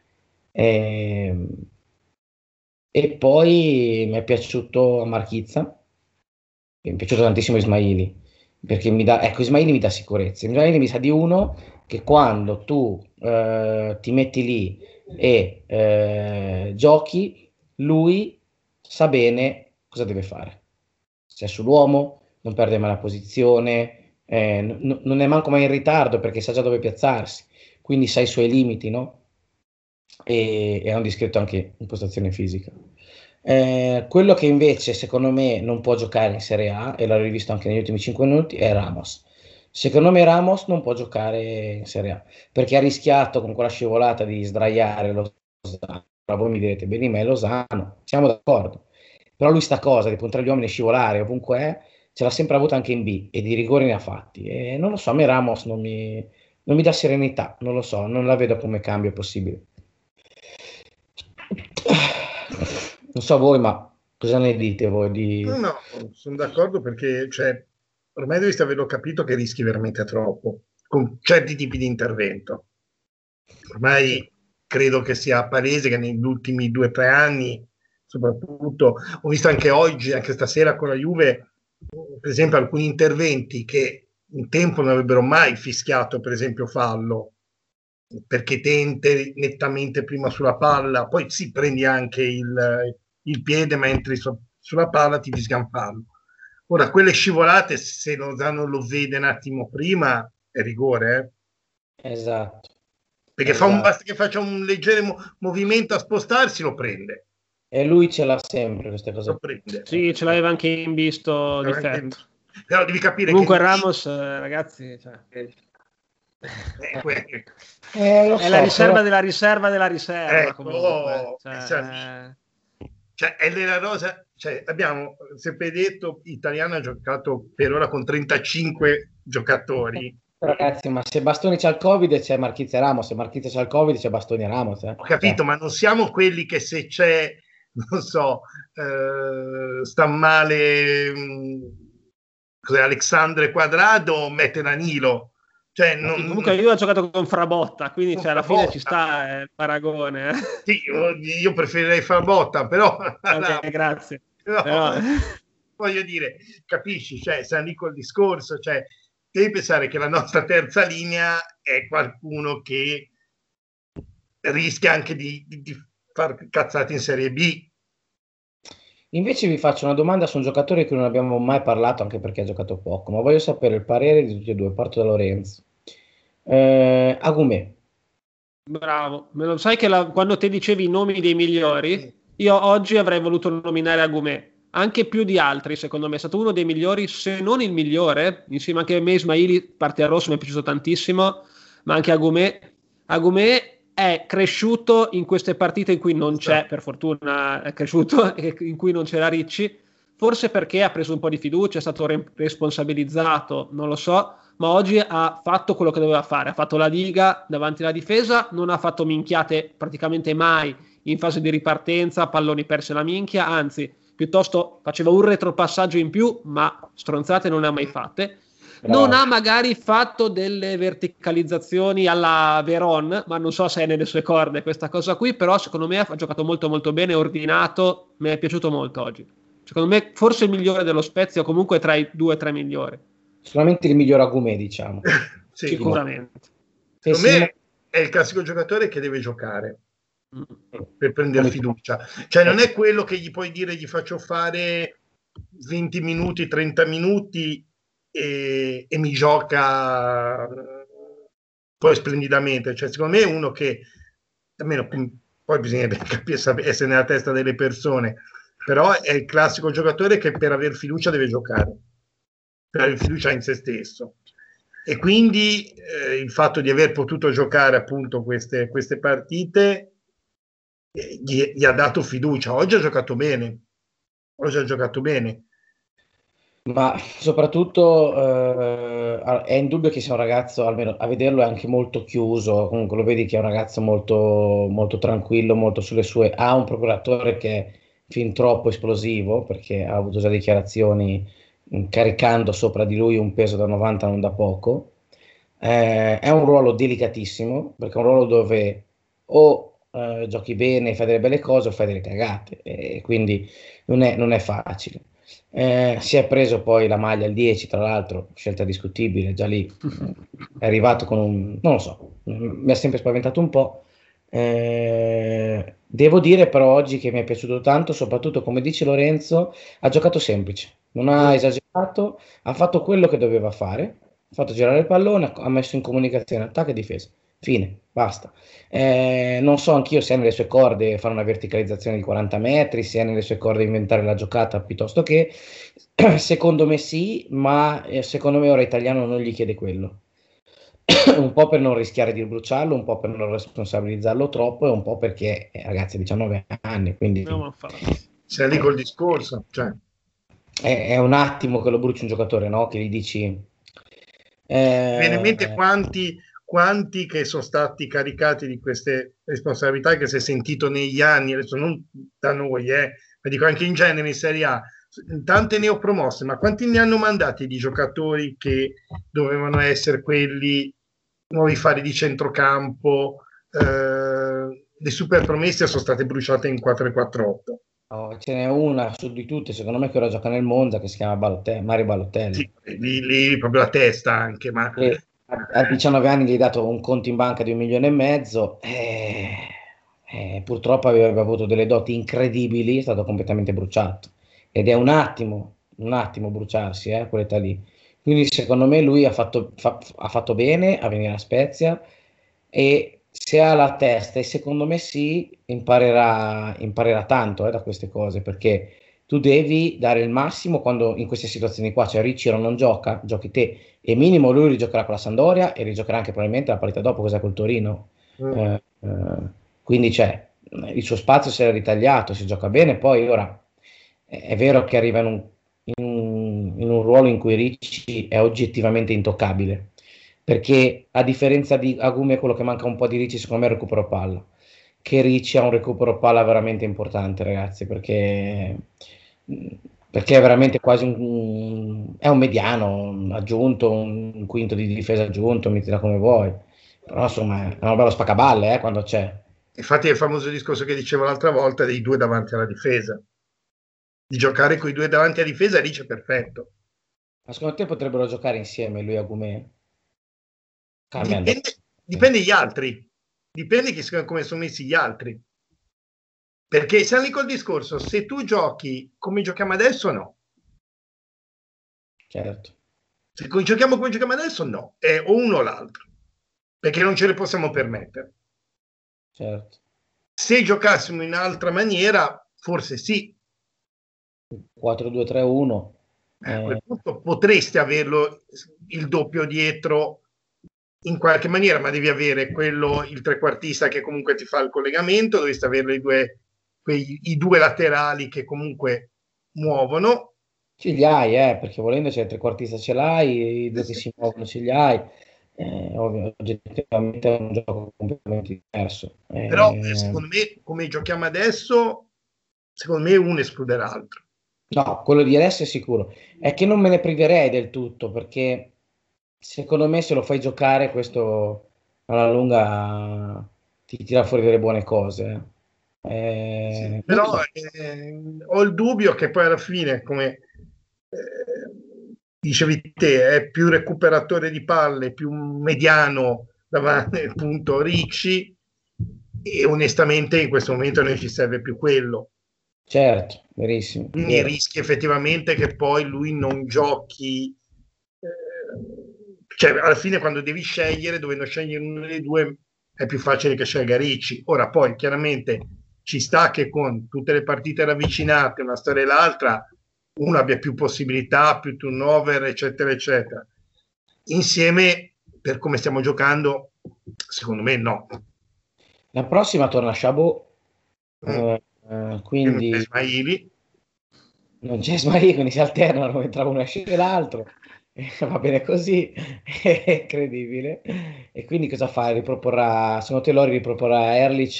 E poi mi è piaciuto Marchizza, mi è piaciuto tantissimo Ismaili, perché Ismaili mi dà sicurezza. Ismaili mi sa di uno che quando tu ti metti lì e giochi, lui sa bene cosa deve fare. Se è sull'uomo, non perde mai la posizione, non è manco mai in ritardo perché sa già dove piazzarsi, quindi sa i suoi limiti, no? E ha un discreto anche impostazione fisica. Quello che invece secondo me non può giocare in Serie A, e l'ho rivisto anche negli ultimi 5 minuti, è Ramos. Secondo me Ramos non può giocare in Serie A perché ha rischiato con quella scivolata di sdraiare Lozano. Voi mi direte, bene, ma è Lozano, siamo d'accordo. Però lui sta cosa di puntare gli uomini e scivolare ovunque è, ce l'ha sempre avuta anche in B e di rigori ne ha fatti. E non lo so, a me Ramos non mi dà serenità, non lo so, non la vedo come cambio possibile. Non so voi, ma cosa ne dite voi di... No, sono d'accordo perché ormai dovresti averlo capito che rischi veramente troppo con certi tipi di intervento. Ormai credo che sia palese che negli ultimi 2 o 3 anni, soprattutto, ho visto anche oggi, anche stasera con la Juve, per esempio alcuni interventi che un tempo non avrebbero mai fischiato, per esempio fallo, perché tente nettamente prima sulla palla, poi si prendi anche il piede mentre sulla palla ti fischia un fallo. Ora, quelle scivolate, se Lozano lo vede un attimo prima, è rigore, Esatto. Perché basta che faccia un leggero movimento a spostarsi, lo prende. E lui ce l'ha sempre queste cose. Lo prende. Sì, ce l'aveva anche in visto difetto. Però devi capire comunque che Ramos, ragazzi, cioè... è la riserva della riserva della riserva. Comunque, è della rosa. Abbiamo sempre detto italiano ha giocato per ora con 35 giocatori. Ragazzi, ma se Bastoni c'ha il Covid c'è Marchizia e Ramos, se Marchizia c'ha il Covid c'è Bastoni e Ramos. Ho capito, ma non siamo quelli che se c'è, non so, sta male Alexandre Quadrado, mette Danilo. Comunque io ho giocato con Frabotta, quindi alla fine ci sta il paragone. Sì, io preferirei Frabotta, però... Okay, grazie. Però, voglio dire, capisci? Siamo lì col discorso, devi pensare che la nostra terza linea è qualcuno che rischia anche di far cazzate in Serie B. Invece vi faccio una domanda su un giocatore che non abbiamo mai parlato, anche perché ha giocato poco, ma voglio sapere il parere di tutti e due. Parto da Lorenzo. Agumè. Bravo, me lo sai che quando te dicevi i nomi dei migliori, io oggi avrei voluto nominare Agumè, anche più di altri, secondo me è stato uno dei migliori, se non il migliore, insieme anche a me Ismaili, parte a rosso mi è piaciuto tantissimo, ma anche Agumè. Agumè è cresciuto in queste partite in cui non c'è, per fortuna è cresciuto, in cui non c'era Ricci, forse perché ha preso un po' di fiducia, è stato responsabilizzato, non lo so, ma oggi ha fatto quello che doveva fare, ha fatto la diga davanti alla difesa, non ha fatto minchiate praticamente mai in fase di ripartenza, palloni persi la minchia, anzi, piuttosto faceva un retropassaggio in più, ma stronzate non ne ha mai fatte. Non ha magari fatto delle verticalizzazioni alla Veron, ma non so se è nelle sue corde questa cosa qui, però secondo me ha giocato molto molto bene, ordinato, mi è piaciuto molto oggi. Secondo me forse il migliore dello Spezia o comunque tra i 2 o 3 migliori. Solamente il miglior Agumè, diciamo. Sì. Sicuramente. Secondo me è il classico giocatore che deve giocare per prendere fiducia. Cioè non è quello che gli puoi dire gli faccio fare 20 minuti, 30 minuti e mi gioca poi splendidamente. Cioè secondo me è uno che, almeno poi bisogna capire, essere nella testa delle persone, però è il classico giocatore che per aver fiducia deve giocare, per avere fiducia in se stesso. E quindi il fatto di aver potuto giocare appunto queste partite gli ha dato fiducia. Oggi ha giocato bene. Ma soprattutto è indubbio che sia un ragazzo, almeno a vederlo è anche molto chiuso, comunque lo vedi che è un ragazzo molto, molto tranquillo, molto sulle sue, ha un procuratore che è fin troppo esplosivo, perché ha avuto già dichiarazioni caricando sopra di lui un peso da 90 non da poco. È un ruolo delicatissimo, perché è un ruolo dove o giochi bene e fai delle belle cose o fai delle cagate, e quindi non è facile. Si è preso poi la maglia al 10, tra l'altro, scelta discutibile, già lì è arrivato con un, non lo so, mi ha sempre spaventato un po'. Devo dire però oggi che mi è piaciuto tanto, soprattutto come dice Lorenzo, ha giocato semplice, non ha esagerato, ha fatto quello che doveva fare, ha fatto girare il pallone, ha messo in comunicazione attacco e difesa. Fine, basta. Non so anch'io se è nelle sue corde fare una verticalizzazione di 40 metri, se è nelle sue corde inventare la giocata piuttosto che. Secondo me sì, ma secondo me ora Italiano non gli chiede quello. Un po' per non rischiare di bruciarlo, un po' per non responsabilizzarlo troppo e un po' perché ragazzi ha 19 anni, quindi sei lì col discorso. Cioè. È un attimo che lo bruci un giocatore, no? Che gli dici... Mi viene in mente quanti che sono stati caricati di queste responsabilità che si è sentito negli anni, adesso non da noi, ma dico anche in genere in Serie A, tante neopromosse, ma quanti ne hanno mandati di giocatori che dovevano essere quelli nuovi fari di centrocampo, le super promesse sono state bruciate in 4-4-8. Oh, ce n'è una su di tutte, secondo me, che ora gioca nel Monza, che si chiama Mario Balotelli. Sì, lì proprio la testa anche, ma... A 19 anni gli hai dato un conto in banca di 1,5 milioni, purtroppo aveva avuto delle doti incredibili, è stato completamente bruciato. Ed è un attimo bruciarsi, quell'età lì. Quindi secondo me lui ha fatto bene a venire a Spezia e se ha la testa, e secondo me sì, imparerà tanto da queste cose, perché tu devi dare il massimo quando in queste situazioni qua, cioè Ricci non gioca, giochi te, e minimo lui rigiocherà con la Sampdoria e rigiocherà anche probabilmente la partita dopo, cos'è col Torino. Quindi c'è, il suo spazio si è ritagliato, si gioca bene, poi ora è vero che arriva in un ruolo in cui Ricci è oggettivamente intoccabile, perché a differenza di Agumè quello che manca un po' di Ricci secondo me è il recupero palla, che Ricci ha un recupero palla veramente importante, ragazzi, perché è veramente quasi è un mediano aggiunto, un quinto di difesa aggiunto, mettila come vuoi, però insomma è un bello spaccaballe quando c'è. Infatti è il famoso discorso che dicevo l'altra volta dei due davanti alla difesa, di giocare con i due davanti alla difesa, lì c'è perfetto. Ma secondo te potrebbero giocare insieme lui e Agumè? Dipende gli altri, dipende come sono messi gli altri. Perché siamo lì col discorso, se tu giochi come giochiamo adesso, no. Certo. Se giochiamo come giochiamo adesso, no. È o uno o l'altro. Perché non ce le possiamo permettere. Certo. Se giocassimo in altra maniera, forse sì. 4-2-3-1. A quel punto potresti averlo il doppio dietro in qualche maniera, ma devi avere quello, il trequartista che comunque ti fa il collegamento, dovresti avere i due laterali che comunque muovono. Ce li hai, perché volendo c'è il trequartista, ce l'hai, i due che si muovono ce li hai. Oggettivamente è un gioco completamente diverso. Però secondo me, come giochiamo adesso, secondo me uno esclude l'altro. No, quello di adesso è sicuro. È che non me ne priverei del tutto, perché secondo me se lo fai giocare, questo alla lunga ti tira fuori delle buone cose. Sì, però ho il dubbio che poi alla fine, come dicevi te, è più recuperatore di palle, più mediano davanti, appunto, Ricci, e onestamente in questo momento non ci serve più quello. Certo, verissimo. Quindi vero. rischi effettivamente che poi lui non giochi, cioè alla fine quando devi scegliere, dovendo scegliere uno dei due, è più facile che scelga Ricci. Ora poi chiaramente ci sta che con tutte le partite ravvicinate, una storia e l'altra, uno abbia più possibilità, più turnover, eccetera, eccetera. Insieme, per come stiamo giocando, secondo me no. La prossima torna a Chabot, quindi Non Ismaili. non c'è Ismail, quindi si alternano, entra uno e esce l'altro. Va bene così, è incredibile. E quindi cosa fa? Riproporrà, secondo te Lori riproporrà Erlich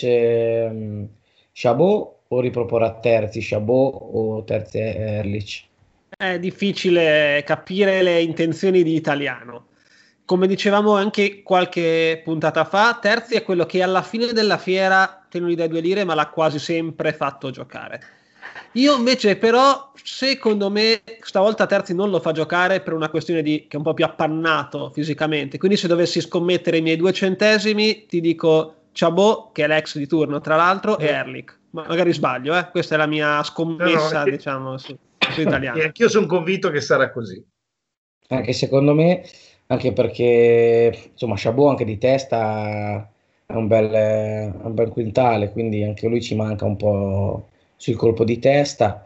Chabot o riproporrà Terzi Chabot o Terzi Erlich? È difficile capire le intenzioni di Italiano. Come dicevamo anche qualche puntata fa, Terzi è quello che alla fine della fiera tiene un'idea 2 lire, ma l'ha quasi sempre fatto giocare. Io invece però, secondo me, stavolta Terzi non lo fa giocare per una questione che è un po' più appannato fisicamente. Quindi se dovessi scommettere i miei 2 centesimi, ti dico Chabot, che è l'ex di turno, tra l'altro, e Erlich. Ma magari sbaglio, questa è la mia scommessa, No, diciamo, su italiano. Anch'io sono convinto che sarà così. Anche secondo me, anche perché insomma Chabot anche di testa è un bel quintale, quindi anche lui ci manca un po' sul colpo di testa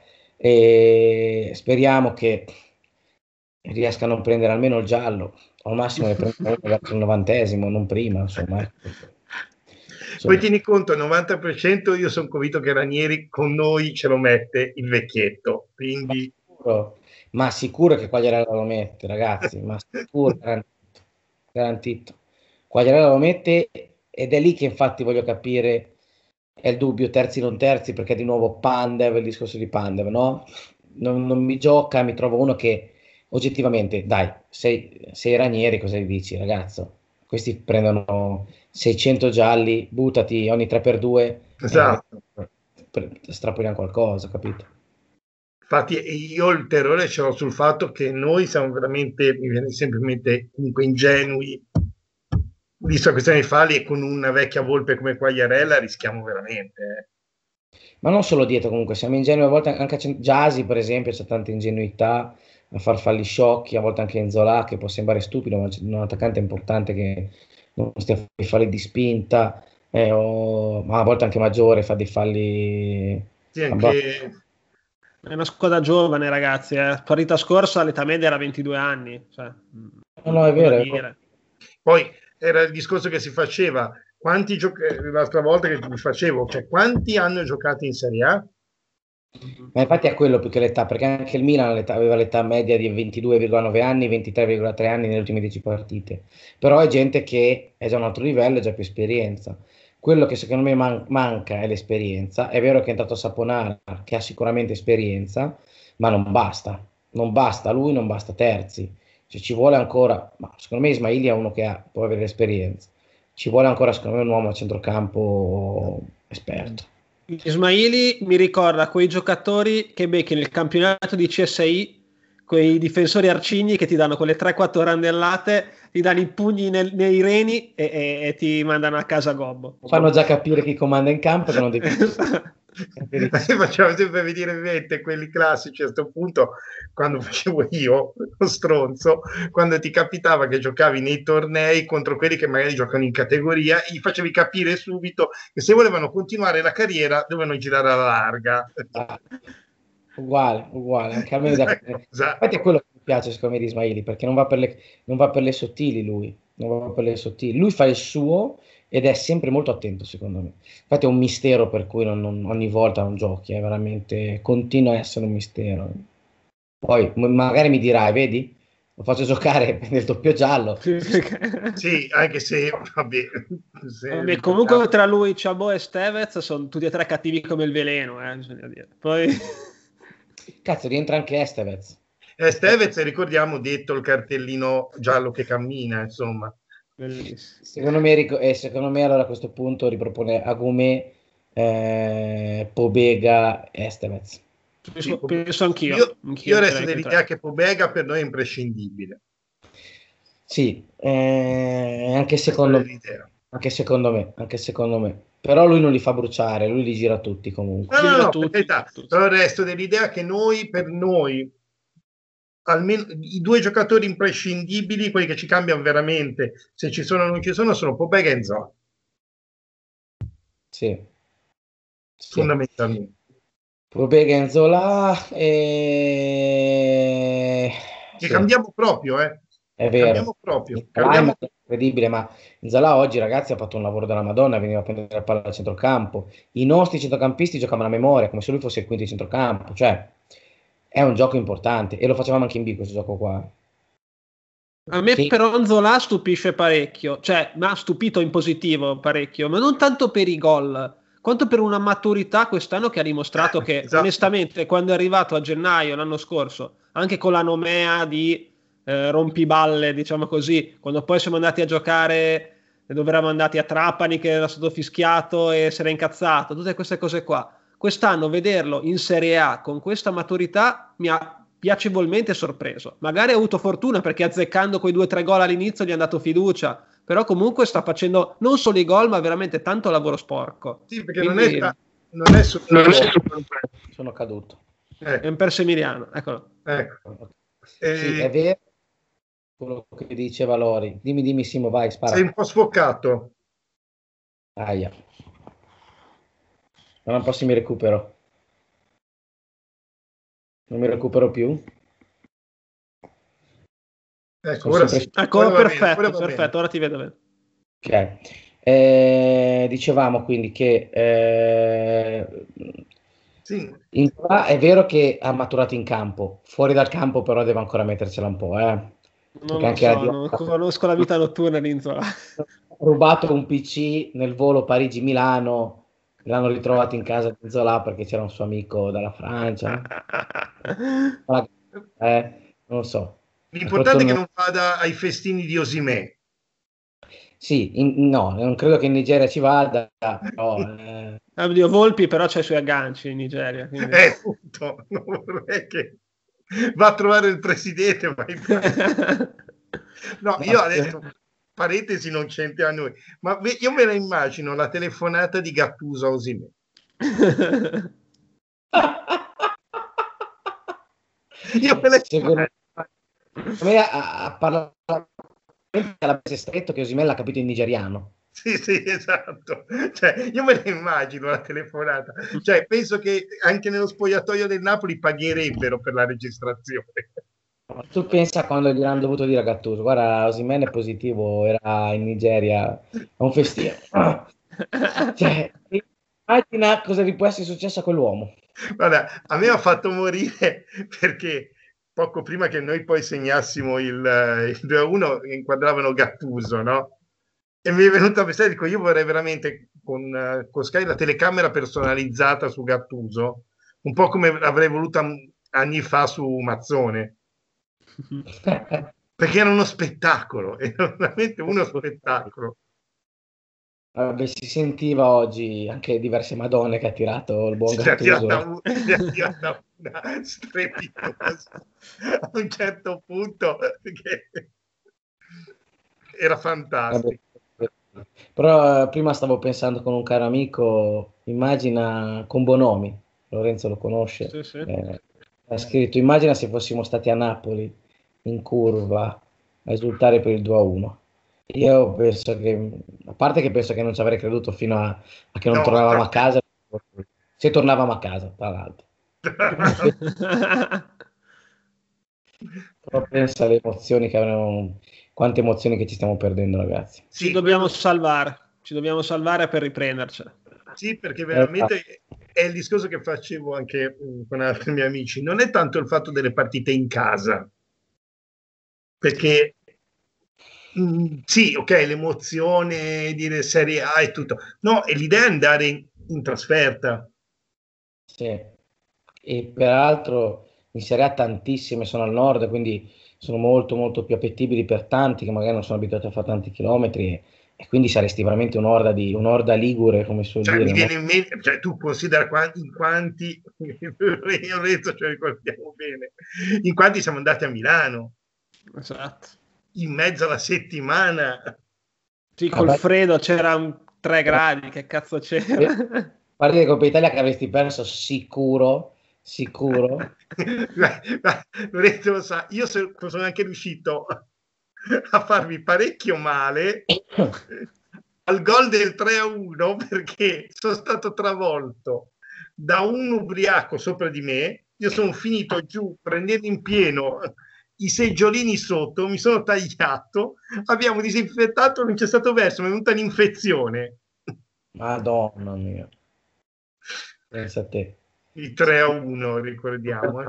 e speriamo che riesca a non prendere almeno il giallo, al massimo le prende verso il 90esimo, non prima, insomma. Poi tieni conto, il 90% io sono convinto che Ranieri con noi ce lo mette il vecchietto, quindi... Ma sicuro che Quagliarella lo mette, ragazzi, ma sicuro, garantito. Quagliarella lo mette ed è lì che infatti voglio capire, è il dubbio terzi non terzi, perché di nuovo Pandev, il discorso di Pandev, no? Non mi gioca, mi trovo uno che oggettivamente, dai, sei Ranieri, cosa gli dici, ragazzo? Questi prendono 600 gialli, buttati ogni 3x2, Esatto. strappiamo qualcosa, capito? Infatti io il terrore ce l'ho sul fatto che noi siamo veramente, mi viene sempre in mente, comunque ingenui, visto la questione di falli, e con una vecchia volpe come Quagliarella rischiamo veramente. Ma non solo dietro, comunque, siamo ingenui, a volte anche Giasi, per esempio, c'è tanta ingenuità a far falli sciocchi, a volte anche Enzola, che può sembrare stupido, ma c'è un attaccante importante che non stia a fare i falli di spinta, ma a volte anche Maggiore fa dei falli... Sì, anche... È una squadra giovane, ragazzi. Partita scorsa l'età media era 22 anni. Cioè, no, è vero. Poi era il discorso che si faceva. L'altra volta che mi facevo, cioè quanti hanno giocato in Serie A? Ma infatti è quello più che l'età, perché anche il Milan aveva l'età media di 22,9 anni, 23,3 anni nelle ultime 10 partite. Però è gente che è già a un altro livello, è già più esperienza. Quello che secondo me manca è l'esperienza. È vero che è entrato Saponara, che ha sicuramente esperienza, ma non basta. Non basta lui, non basta Terzi. Cioè, ci vuole ancora, ma secondo me Ismaili è uno che può avere esperienza. Ci vuole ancora, secondo me, un uomo a centrocampo esperto. Ismaili mi ricorda quei giocatori che becchi nel campionato di CSI, quei difensori arcigni che ti danno quelle 3-4 randellate, ti danno i pugni nei reni e ti mandano a casa gobbo. Fanno già capire chi comanda in campo che non devi... Facciamo sempre venire in mente quelli classici a questo punto, quando facevo io lo stronzo, quando ti capitava che giocavi nei tornei contro quelli che magari giocano in categoria, gli facevi capire subito che se volevano continuare la carriera dovevano girare alla larga. Uguale, anche a me. Infatti è quello che mi piace secondo me di Ismaili, perché non va per le sottili lui, non va per le sottili, lui fa il suo ed è sempre molto attento secondo me. Infatti è un mistero per cui ogni volta non giochi, è veramente, continua a essere un mistero. Poi magari mi dirai, vedi, lo faccio giocare e prende il doppio giallo. Sì, anche se, vabbè, comunque tra lui, Chabot e Stevez sono tutti e tre cattivi come il veleno, bisogna dire. Poi... Cazzo, rientra anche Estevez. Stevez, ricordiamo, detto il cartellino giallo che cammina, insomma. Bellissimo. Secondo me allora a questo punto ripropone Agumé, Pobega, Estevez. Penso anch'io. Io resto dell'idea che Pobega per noi è imprescindibile. Sì, anche secondo me. Però lui non li fa bruciare, lui li gira tutti comunque. No, tutti. Però resto dell'idea che per noi, almeno i due giocatori imprescindibili, quelli che ci cambiano veramente, se ci sono o non ci sono Pobega e Nzola. Sì. Fondamentalmente. Pobega e Nzola Che cambiamo proprio, È vero. Cambiamo proprio. È incredibile, ma Nzola oggi, ragazzi, ha fatto un lavoro della Madonna, veniva a prendere la palla al centrocampo. I nostri centrocampisti giocavano a memoria, come se lui fosse il quinto di centrocampo. Cioè, è un gioco importante e lo facevamo anche in B questo gioco qua. A me però Nzola stupisce parecchio, cioè mi ha stupito in positivo parecchio, ma non tanto per i gol, quanto per una maturità quest'anno che ha dimostrato che onestamente quando è arrivato a gennaio l'anno scorso, anche con la nomea di rompiballe, diciamo così, quando poi siamo andati a giocare dove eravamo andati a Trapani che era stato fischiato e si era incazzato, tutte queste cose qua. Quest'anno vederlo in Serie A con questa maturità mi ha piacevolmente sorpreso. Magari ha avuto fortuna perché azzeccando quei 2-3 gol all'inizio gli ha dato fiducia, però comunque sta facendo non solo i gol ma veramente tanto lavoro sporco. Sì, perché quindi... non è solo sono caduto. È un persemiliano, eccolo. Ecco. Sì, è vero quello che diceva Lori. Dimmi Simo, vai, spara. Sei un po' sfoccato. Aia. Non un po' mi recupero. Non mi recupero più. Ecco, ora perfetto, ora ti vedo bene. Ok. Dicevamo quindi che sì. È vero che ha maturato in campo, fuori dal campo però deve ancora mettercela un po'. Non conosco la vita notturna di Nzola. Ha rubato un PC nel volo Parigi-Milano, l'hanno ritrovato in casa di Zola perché c'era un suo amico dalla Francia. Non lo so. L'importante è che non vada ai festini di Osimè. Sì, no, non credo che in Nigeria ci vada, però... Oddio, Volpi però c'ha i suoi agganci in Nigeria. Quindi... appunto, non vorrei che va a trovare il presidente. No, io adesso, parentesi non c'entra a noi, ma io me la immagino la telefonata di Gattuso a Osimè. Io me la immagino. A me ha parlato l'avesse stretto che Osimè l'ha capito in nigeriano. Sì, esatto. Cioè, io me la immagino la telefonata. Cioè, penso che anche nello spogliatoio del Napoli pagherebbero per la registrazione. Tu pensa quando gli hanno dovuto dire a Gattuso, guarda, Osimhen è positivo, era in Nigeria a un festino. Cioè, immagina cosa vi può essere successo a quell'uomo. Guarda, a me ha fatto morire perché poco prima che noi poi segnassimo il 2-1 inquadravano Gattuso, no? E mi è venuto a pensare, dico, io vorrei veramente con Sky la telecamera personalizzata su Gattuso, un po' come avrei voluto anni fa su Mazzone. Perché era uno spettacolo, era veramente uno spettacolo. Vabbè, si sentiva oggi anche diverse Madonne che ha tirato il buon Gattuso. Si è tirata una strepitosa a un certo punto che era fantastico. Però prima stavo pensando con un caro amico, immagina con Bonomi, Lorenzo lo conosce, Sì, sì. ha scritto, immagina se fossimo stati a Napoli in curva a esultare per il 2-1. Io penso che, a parte che penso che non ci avrei creduto fino a che non No, tornavamo a casa, se tornavamo a casa, tra l'altro. Però pensa alle emozioni che avremo, quante emozioni che ci stiamo perdendo, ragazzi. Ci sì, dobbiamo quello salvare, ci dobbiamo salvare per riprendercela. sì, perché Esatto. veramente è il discorso che facevo anche con altri miei amici. Non è tanto il fatto delle partite in casa, perché sì, ok, l'emozione di Serie A e tutto. No, è l'idea di andare in trasferta. Sì. E peraltro in Serie A tantissime sono al nord, quindi sono molto molto più appetibili per tanti che magari non sono abituati a fare tanti chilometri e quindi saresti veramente un'orda ligure, come si suol Cioè, mi dire, no? viene in mente, cioè, tu considera in quanti, io ho detto, ce ricordiamo bene, in quanti siamo andati a Milano, Esatto. in mezzo alla settimana. Sì, col Vabbè, freddo c'era 3 gradi, che cazzo c'era? partite di Coppa Italia che avresti perso sicuro, sicuro. Lorenzo lo sa, io sono anche riuscito a farmi parecchio male al gol del 3-1 perché sono stato travolto da un ubriaco sopra di me. Io sono finito giù prendendo in pieno i seggiolini sotto, mi sono tagliato, abbiamo disinfettato, non c'è stato verso, mi è venuta un'infezione. Madonna mia, pensa a te. Il 3-1, ricordiamo.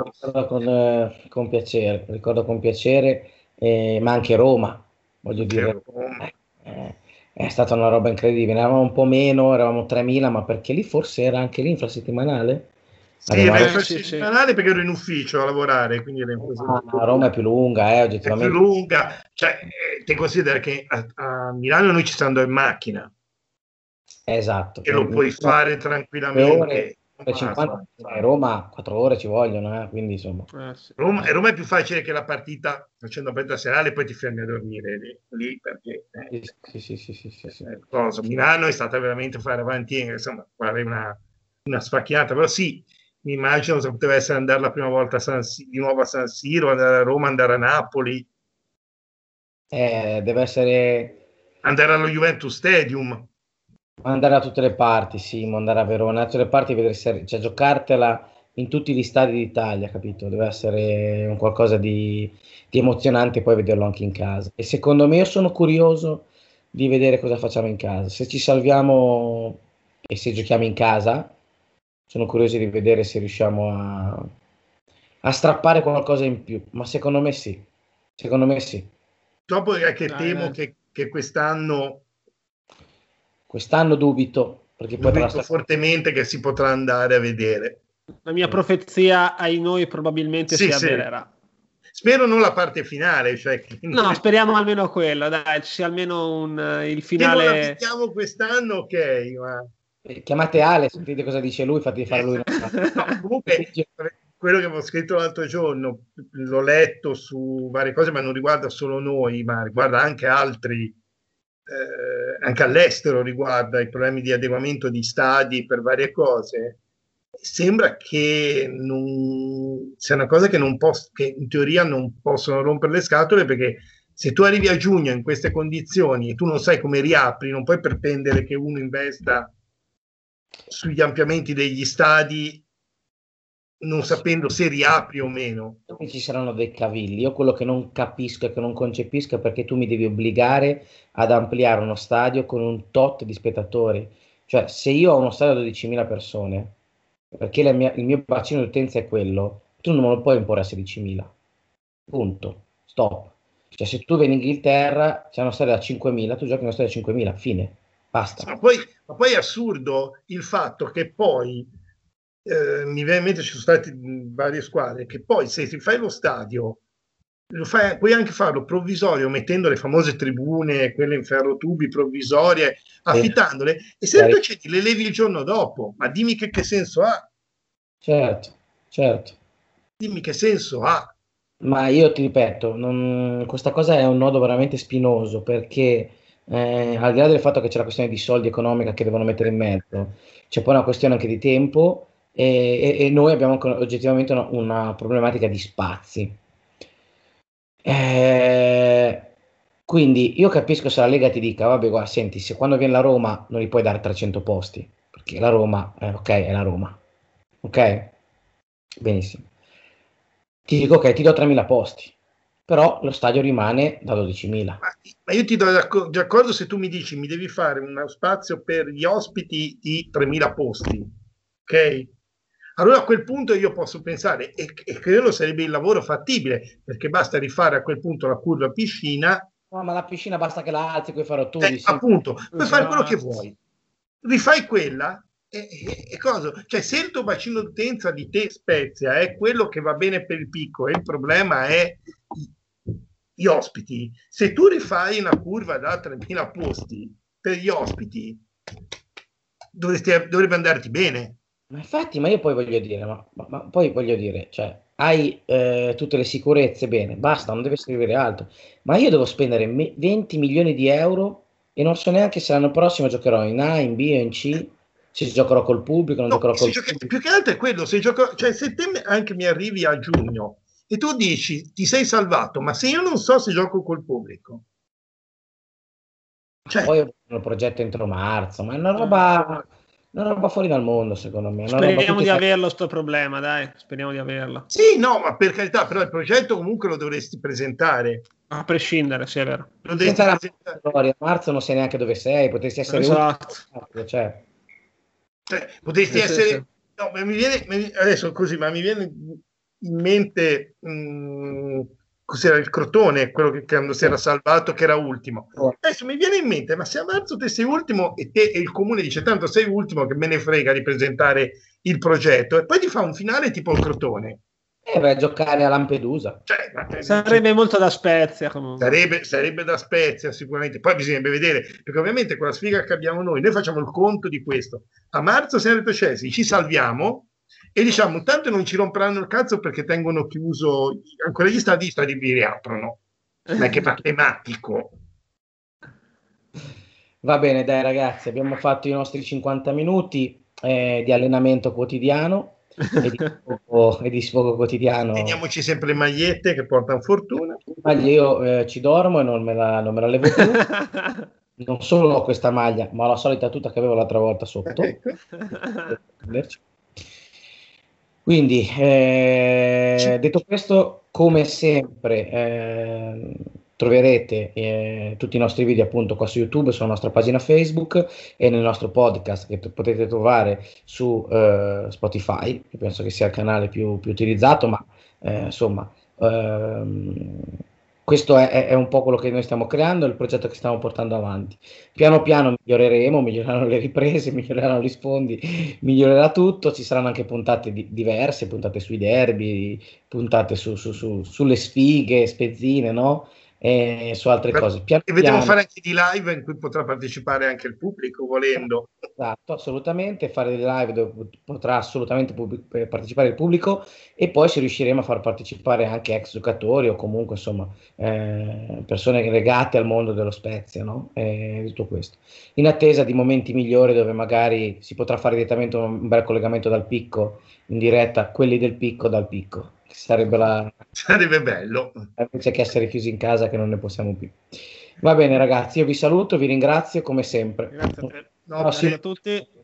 Ricordo con piacere, ma anche Roma, voglio Anche dire, Roma. è stata una roba incredibile. Eravamo un po' meno, eravamo 3.000, ma perché lì forse era anche l'infrasettimanale? Sì, Abbiamo era Sì, sì. infrasettimanale perché ero in ufficio a lavorare, quindi era Roma è più lunga, è più oggettivamente. lunga. Cioè, ti considera che a Milano noi ci stiamo andando in macchina Esatto, e che lo puoi fare 3 ore, tranquillamente. 50, a Roma 4 ore ci vogliono, quindi insomma. Sì. Roma è più facile che la partita facendo la partita serale e poi ti fermi a dormire lì perché Sì, sì, sì, sì, sì, sì. cosa. Milano è stata veramente fare avanti, insomma, fare una sfacchiata, però sì, mi immagino se poteva essere andare la prima volta di nuovo a San Siro, andare a Roma, andare a Napoli, Deve essere andare allo Juventus Stadium. andare da tutte le parti, sì, ma andare a Verona, da tutte le parti, vedere cioè, giocartela in tutti gli stadi d'Italia, capito? Deve essere un qualcosa di emozionante poi vederlo anche in casa. E secondo me io sono curioso di vedere cosa facciamo in casa. Se ci salviamo e se giochiamo in casa, sono curioso di vedere se riusciamo a strappare qualcosa in più, ma secondo me sì, secondo me sì. Dopo è che Dai, temo dai. che quest'anno Quest'anno dubito, perché poi tra la dubito stagione... fortemente che si potrà andare a vedere. La mia profezia ai noi probabilmente Sì, si sì. avvererà. Spero non la parte finale, cioè No, speriamo almeno quello, dai, ci sia almeno il che non la finale. vediamo quest'anno, ok, ma Chiamate Ale, sentite cosa dice lui, fate fare lui no, comunque quello che avevo scritto l'altro giorno l'ho letto su varie cose, ma non riguarda solo noi, ma riguarda anche altri, anche all'estero riguarda i problemi di adeguamento di stadi per varie cose. Sembra che sia una cosa che, che in teoria non possono rompere le scatole perché se tu arrivi a giugno in queste condizioni e tu non sai come riapri, non puoi pretendere che uno investa sugli ampliamenti degli stadi non sapendo se riapri o meno. ci saranno dei cavilli. Io quello che non capisco e che non concepisco è perché tu mi devi obbligare ad ampliare uno stadio con un tot di spettatori. Cioè, se io ho uno stadio a 12.000 persone, perché il mio bacino di utenza è quello, tu non me lo puoi imporre a 16.000. Punto. Stop. Cioè, se tu vai in Inghilterra, c'è uno stadio da 5.000, tu giochi in uno stadio da 5.000, fine. Basta. Ma poi è assurdo il fatto che poi mi viene in mente ci sono state varie squadre che poi se ti fai lo stadio puoi anche farlo provvisorio mettendo le famose tribune, quelle in ferrotubi provvisorie, affittandole e se tu le levi il giorno dopo, ma dimmi che senso ha? Certo, certo. Dimmi che senso ha? Ma io ti ripeto, questa cosa è un nodo veramente spinoso perché al di là del fatto che c'è la questione di soldi economica che devono mettere in mezzo, c'è poi una questione anche di tempo e noi abbiamo oggettivamente una problematica di spazi. Quindi io capisco se la Lega ti dica, vabbè, guarda, senti, se quando viene la Roma non gli puoi dare 300 posti, perché la Roma, ok, è la Roma, ok? Benissimo. Ti dico, ok, ti do 3.000 posti, però lo stadio rimane da 12.000. Ma io ti do d'accordo se tu mi dici mi devi fare uno spazio per gli ospiti di 3.000 posti, ok? Allora a quel punto io posso pensare, e credo sarebbe il lavoro fattibile, perché basta rifare a quel punto la curva piscina. No, ma la piscina basta che la alzi, puoi fare tu. Appunto, puoi fare quello che vuoi. Rifai quella e cosa? Cioè, se il tuo bacino d'utenza di te Spezia è quello che va bene per il picco e il problema è gli ospiti, se tu rifai una curva da 3.000 posti per gli ospiti, dovrebbe andarti bene. Ma infatti, ma io poi voglio dire, ma poi voglio dire, cioè, hai tutte le sicurezze, bene, basta, non deve scrivere altro. Ma io devo spendere 20 milioni di euro e non so neanche se l'anno prossimo giocherò in A, in B o in C, se giocherò col pubblico, non giocherò col pubblico. Più che altro è quello, cioè, se te anche mi arrivi a giugno e tu dici ti sei salvato, ma se io non so se gioco col pubblico. Cioè, poi il progetto entro marzo, ma è una roba fuori dal mondo, secondo me. Speriamo di averlo sto problema, dai, speriamo di averlo. Sì, no, ma per carità, però il progetto comunque lo dovresti presentare. A prescindere, sì, è vero. Lo dovresti presentare. A marzo non sai neanche dove sei, potresti essere esatto. Cioè, potresti essere... Sì. No, mi viene adesso così, ma mi viene in mente cos'era il Crotone, quello che quando si era salvato, che era ultimo. Adesso mi viene in mente, ma se a marzo te sei ultimo e te e il comune dice tanto sei ultimo che me ne frega di presentare il progetto e poi ti fa un finale tipo il Crotone. Vai a giocare a Lampedusa. Sarebbe molto da Spezia comunque. Sarebbe da Spezia sicuramente. Poi bisognerebbe vedere, perché ovviamente con la sfiga che abbiamo noi facciamo il conto di questo. A marzo siamo retrocessi, ci salviamo e diciamo tanto non ci romperanno il cazzo perché tengono chiuso ancora gli stadi li riaprono. Non è che matematico. Va bene, dai ragazzi, abbiamo fatto i nostri 50 minuti di allenamento quotidiano e di sfogo quotidiano. Teniamoci sempre le magliette che portano fortuna. Io ci dormo e non me la levo più. Non solo ho questa maglia, ma ho la solita tuta che avevo l'altra volta sotto. Quindi, detto questo, come sempre, troverete tutti i nostri video appunto qua su YouTube, sulla nostra pagina Facebook e nel nostro podcast che potete trovare su Spotify, che penso che sia il canale più utilizzato, ma insomma, questo è un po' quello che noi stiamo creando, il progetto che stiamo portando avanti. Piano piano miglioreranno le riprese, miglioreranno gli sfondi, migliorerà tutto, ci saranno anche puntate diverse, puntate sui derby, puntate sulle sfighe, spezzine, no? E su altre cose. E vedremo fare anche di live in cui potrà partecipare anche il pubblico volendo. Esatto, assolutamente, fare dei live dove potrà assolutamente partecipare il pubblico e poi se riusciremo a far partecipare anche ex giocatori o comunque insomma persone legate al mondo dello Spezia, no? Tutto questo. In attesa di momenti migliori dove magari si potrà fare direttamente un bel collegamento dal picco in diretta, quelli del picco dal picco. Sarebbe bello. Invece che essere chiusi in casa che non ne possiamo più. Va bene ragazzi, io vi saluto, vi ringrazio come sempre. Grazie a te. Ciao a tutti.